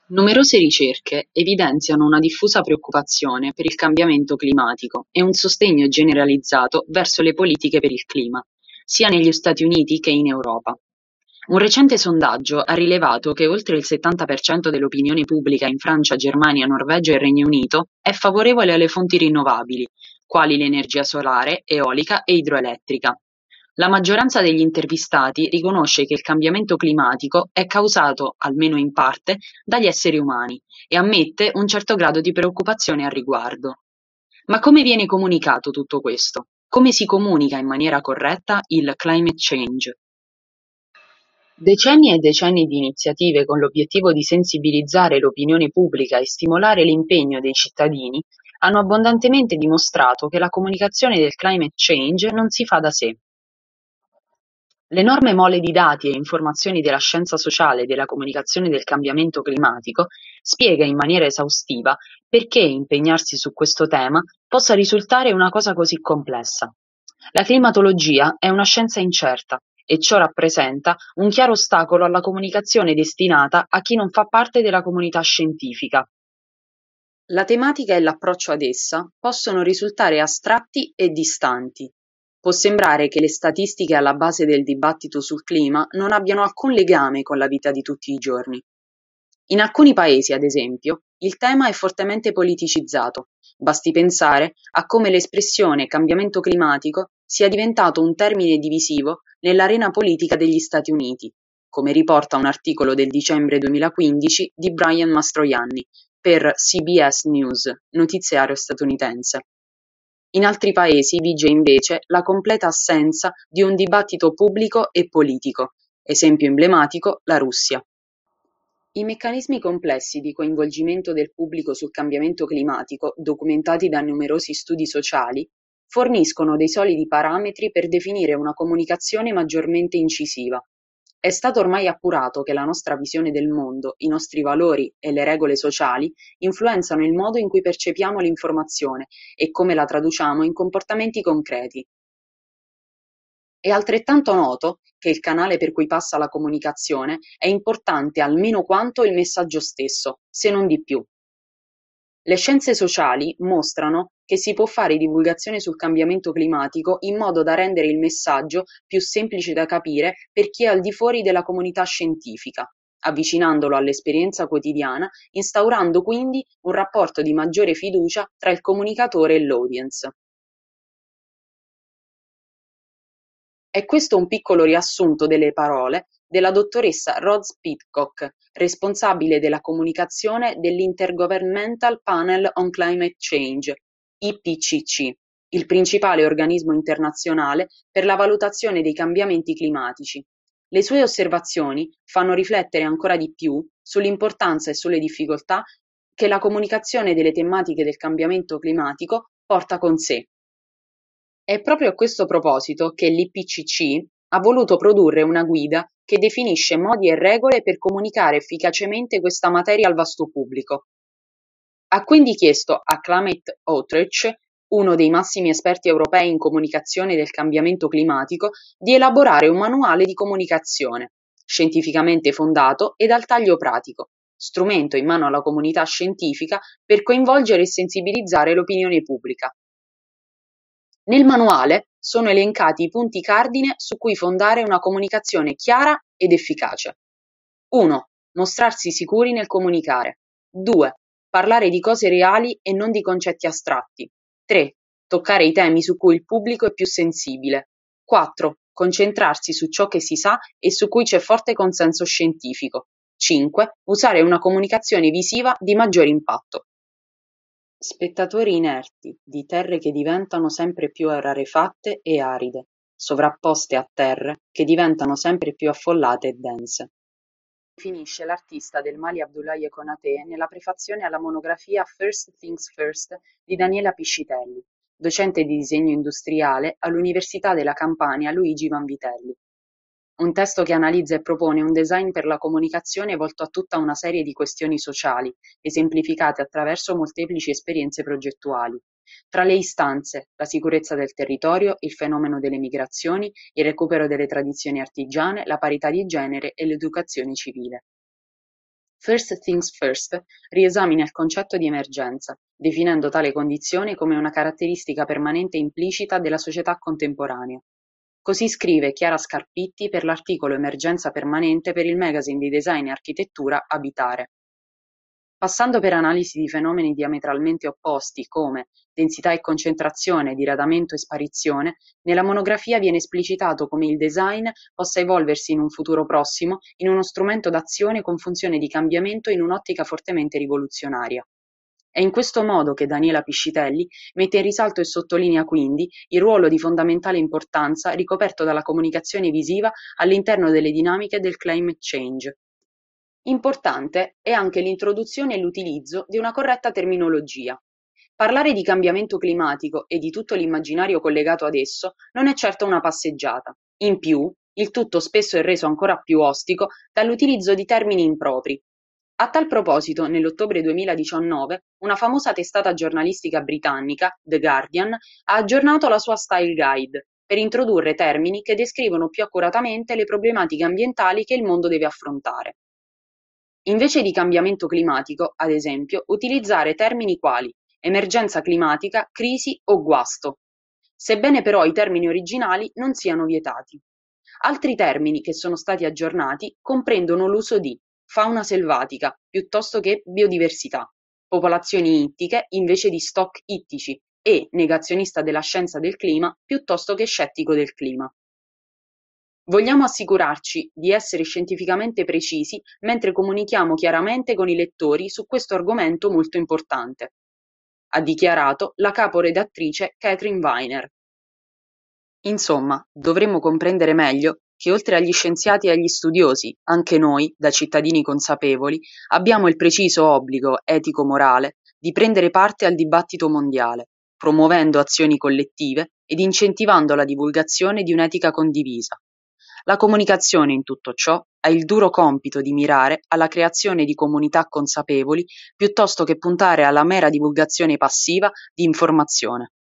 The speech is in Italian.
Numerose ricerche evidenziano una diffusa preoccupazione per il cambiamento climatico e un sostegno generalizzato verso le politiche per il clima, sia negli Stati Uniti che in Europa. Un recente sondaggio ha rilevato che oltre il 70% dell'opinione pubblica in Francia, Germania, Norvegia e Regno Unito è favorevole alle fonti rinnovabili, quali l'energia solare, eolica e idroelettrica. La maggioranza degli intervistati riconosce che il cambiamento climatico è causato, almeno in parte, dagli esseri umani e ammette un certo grado di preoccupazione al riguardo. Ma come viene comunicato tutto questo? Come si comunica in maniera corretta il climate change? Decenni e decenni di iniziative con l'obiettivo di sensibilizzare l'opinione pubblica e stimolare l'impegno dei cittadini hanno abbondantemente dimostrato che la comunicazione del climate change non si fa da sé. L'enorme mole di dati e informazioni della scienza sociale e della comunicazione del cambiamento climatico spiega in maniera esaustiva perché impegnarsi su questo tema possa risultare una cosa così complessa. La climatologia è una scienza incerta e ciò rappresenta un chiaro ostacolo alla comunicazione destinata a chi non fa parte della comunità scientifica. La tematica e l'approccio ad essa possono risultare astratti e distanti. Può sembrare che le statistiche alla base del dibattito sul clima non abbiano alcun legame con la vita di tutti i giorni. In alcuni paesi, ad esempio, il tema è fortemente politicizzato. Basti pensare a come l'espressione cambiamento climatico sia diventato un termine divisivo nell'arena politica degli Stati Uniti, come riporta un articolo del dicembre 2015 di Brian Mastroianni per CBS News, notiziario statunitense. In altri paesi vige invece la completa assenza di un dibattito pubblico e politico, esempio emblematico la Russia. I meccanismi complessi di coinvolgimento del pubblico sul cambiamento climatico, documentati da numerosi studi sociali, forniscono dei solidi parametri per definire una comunicazione maggiormente incisiva. È stato ormai appurato che la nostra visione del mondo, i nostri valori e le regole sociali influenzano il modo in cui percepiamo l'informazione e come la traduciamo in comportamenti concreti. È altrettanto noto che il canale per cui passa la comunicazione è importante almeno quanto il messaggio stesso, se non di più. Le scienze sociali mostrano che si può fare divulgazione sul cambiamento climatico in modo da rendere il messaggio più semplice da capire per chi è al di fuori della comunità scientifica, avvicinandolo all'esperienza quotidiana, instaurando quindi un rapporto di maggiore fiducia tra il comunicatore e l'audience. È questo un piccolo riassunto delle parole della dottoressa Rose Pidcock, responsabile della comunicazione dell'Intergovernmental Panel on Climate Change, IPCC, il principale organismo internazionale per la valutazione dei cambiamenti climatici. Le sue osservazioni fanno riflettere ancora di più sull'importanza e sulle difficoltà che la comunicazione delle tematiche del cambiamento climatico porta con sé. È proprio a questo proposito che l'IPCC ha voluto produrre una guida che definisce modi e regole per comunicare efficacemente questa materia al vasto pubblico. Ha quindi chiesto a Climate Outreach, uno dei massimi esperti europei in comunicazione del cambiamento climatico, di elaborare un manuale di comunicazione, scientificamente fondato e dal taglio pratico, strumento in mano alla comunità scientifica per coinvolgere e sensibilizzare l'opinione pubblica. Nel manuale sono elencati i punti cardine su cui fondare una comunicazione chiara ed efficace. 1. Mostrarsi sicuri nel comunicare. 2. Parlare di cose reali e non di concetti astratti. 3. Toccare i temi su cui il pubblico è più sensibile. 4. Concentrarsi su ciò che si sa e su cui c'è forte consenso scientifico. 5. Usare una comunicazione visiva di maggiore impatto. Spettatori inerti di terre che diventano sempre più rarefatte e aride, sovrapposte a terre che diventano sempre più affollate e dense. Definisce l'artista del Mali Abdoulaye Konaté nella prefazione alla monografia First Things First di Daniela Piscitelli, docente di disegno industriale all'Università della Campania Luigi Vanvitelli. Un testo che analizza e propone un design per la comunicazione volto a tutta una serie di questioni sociali, esemplificate attraverso molteplici esperienze progettuali. Tra le istanze, la sicurezza del territorio, il fenomeno delle migrazioni, il recupero delle tradizioni artigiane, la parità di genere e l'educazione civile. First Things First riesamina il concetto di emergenza, definendo tale condizione come una caratteristica permanente implicita della società contemporanea. Così scrive Chiara Scarpitti per l'articolo Emergenza permanente per il magazine di design e architettura Abitare. Passando per analisi di fenomeni diametralmente opposti come densità e concentrazione, diradamento e sparizione, nella monografia viene esplicitato come il design possa evolversi in un futuro prossimo in uno strumento d'azione con funzione di cambiamento in un'ottica fortemente rivoluzionaria. È in questo modo che Daniela Piscitelli mette in risalto e sottolinea quindi il ruolo di fondamentale importanza ricoperto dalla comunicazione visiva all'interno delle dinamiche del climate change. Importante è anche l'introduzione e l'utilizzo di una corretta terminologia. Parlare di cambiamento climatico e di tutto l'immaginario collegato ad esso non è certo una passeggiata. In più, il tutto spesso è reso ancora più ostico dall'utilizzo di termini impropri. A tal proposito, nell'ottobre 2019, una famosa testata giornalistica britannica, The Guardian, ha aggiornato la sua Style Guide per introdurre termini che descrivono più accuratamente le problematiche ambientali che il mondo deve affrontare. Invece di cambiamento climatico, ad esempio, utilizzare termini quali emergenza climatica, crisi o guasto, sebbene però i termini originali non siano vietati. Altri termini che sono stati aggiornati comprendono l'uso di fauna selvatica piuttosto che biodiversità, popolazioni ittiche invece di stock ittici e negazionista della scienza del clima piuttosto che scettico del clima. Vogliamo assicurarci di essere scientificamente precisi mentre comunichiamo chiaramente con i lettori su questo argomento molto importante, ha dichiarato la caporedattrice Catherine Viner. Insomma, dovremmo comprendere meglio che oltre agli scienziati e agli studiosi, anche noi, da cittadini consapevoli, abbiamo il preciso obbligo etico-morale di prendere parte al dibattito mondiale, promuovendo azioni collettive ed incentivando la divulgazione di un'etica condivisa. La comunicazione in tutto ciò ha il duro compito di mirare alla creazione di comunità consapevoli piuttosto che puntare alla mera divulgazione passiva di informazione.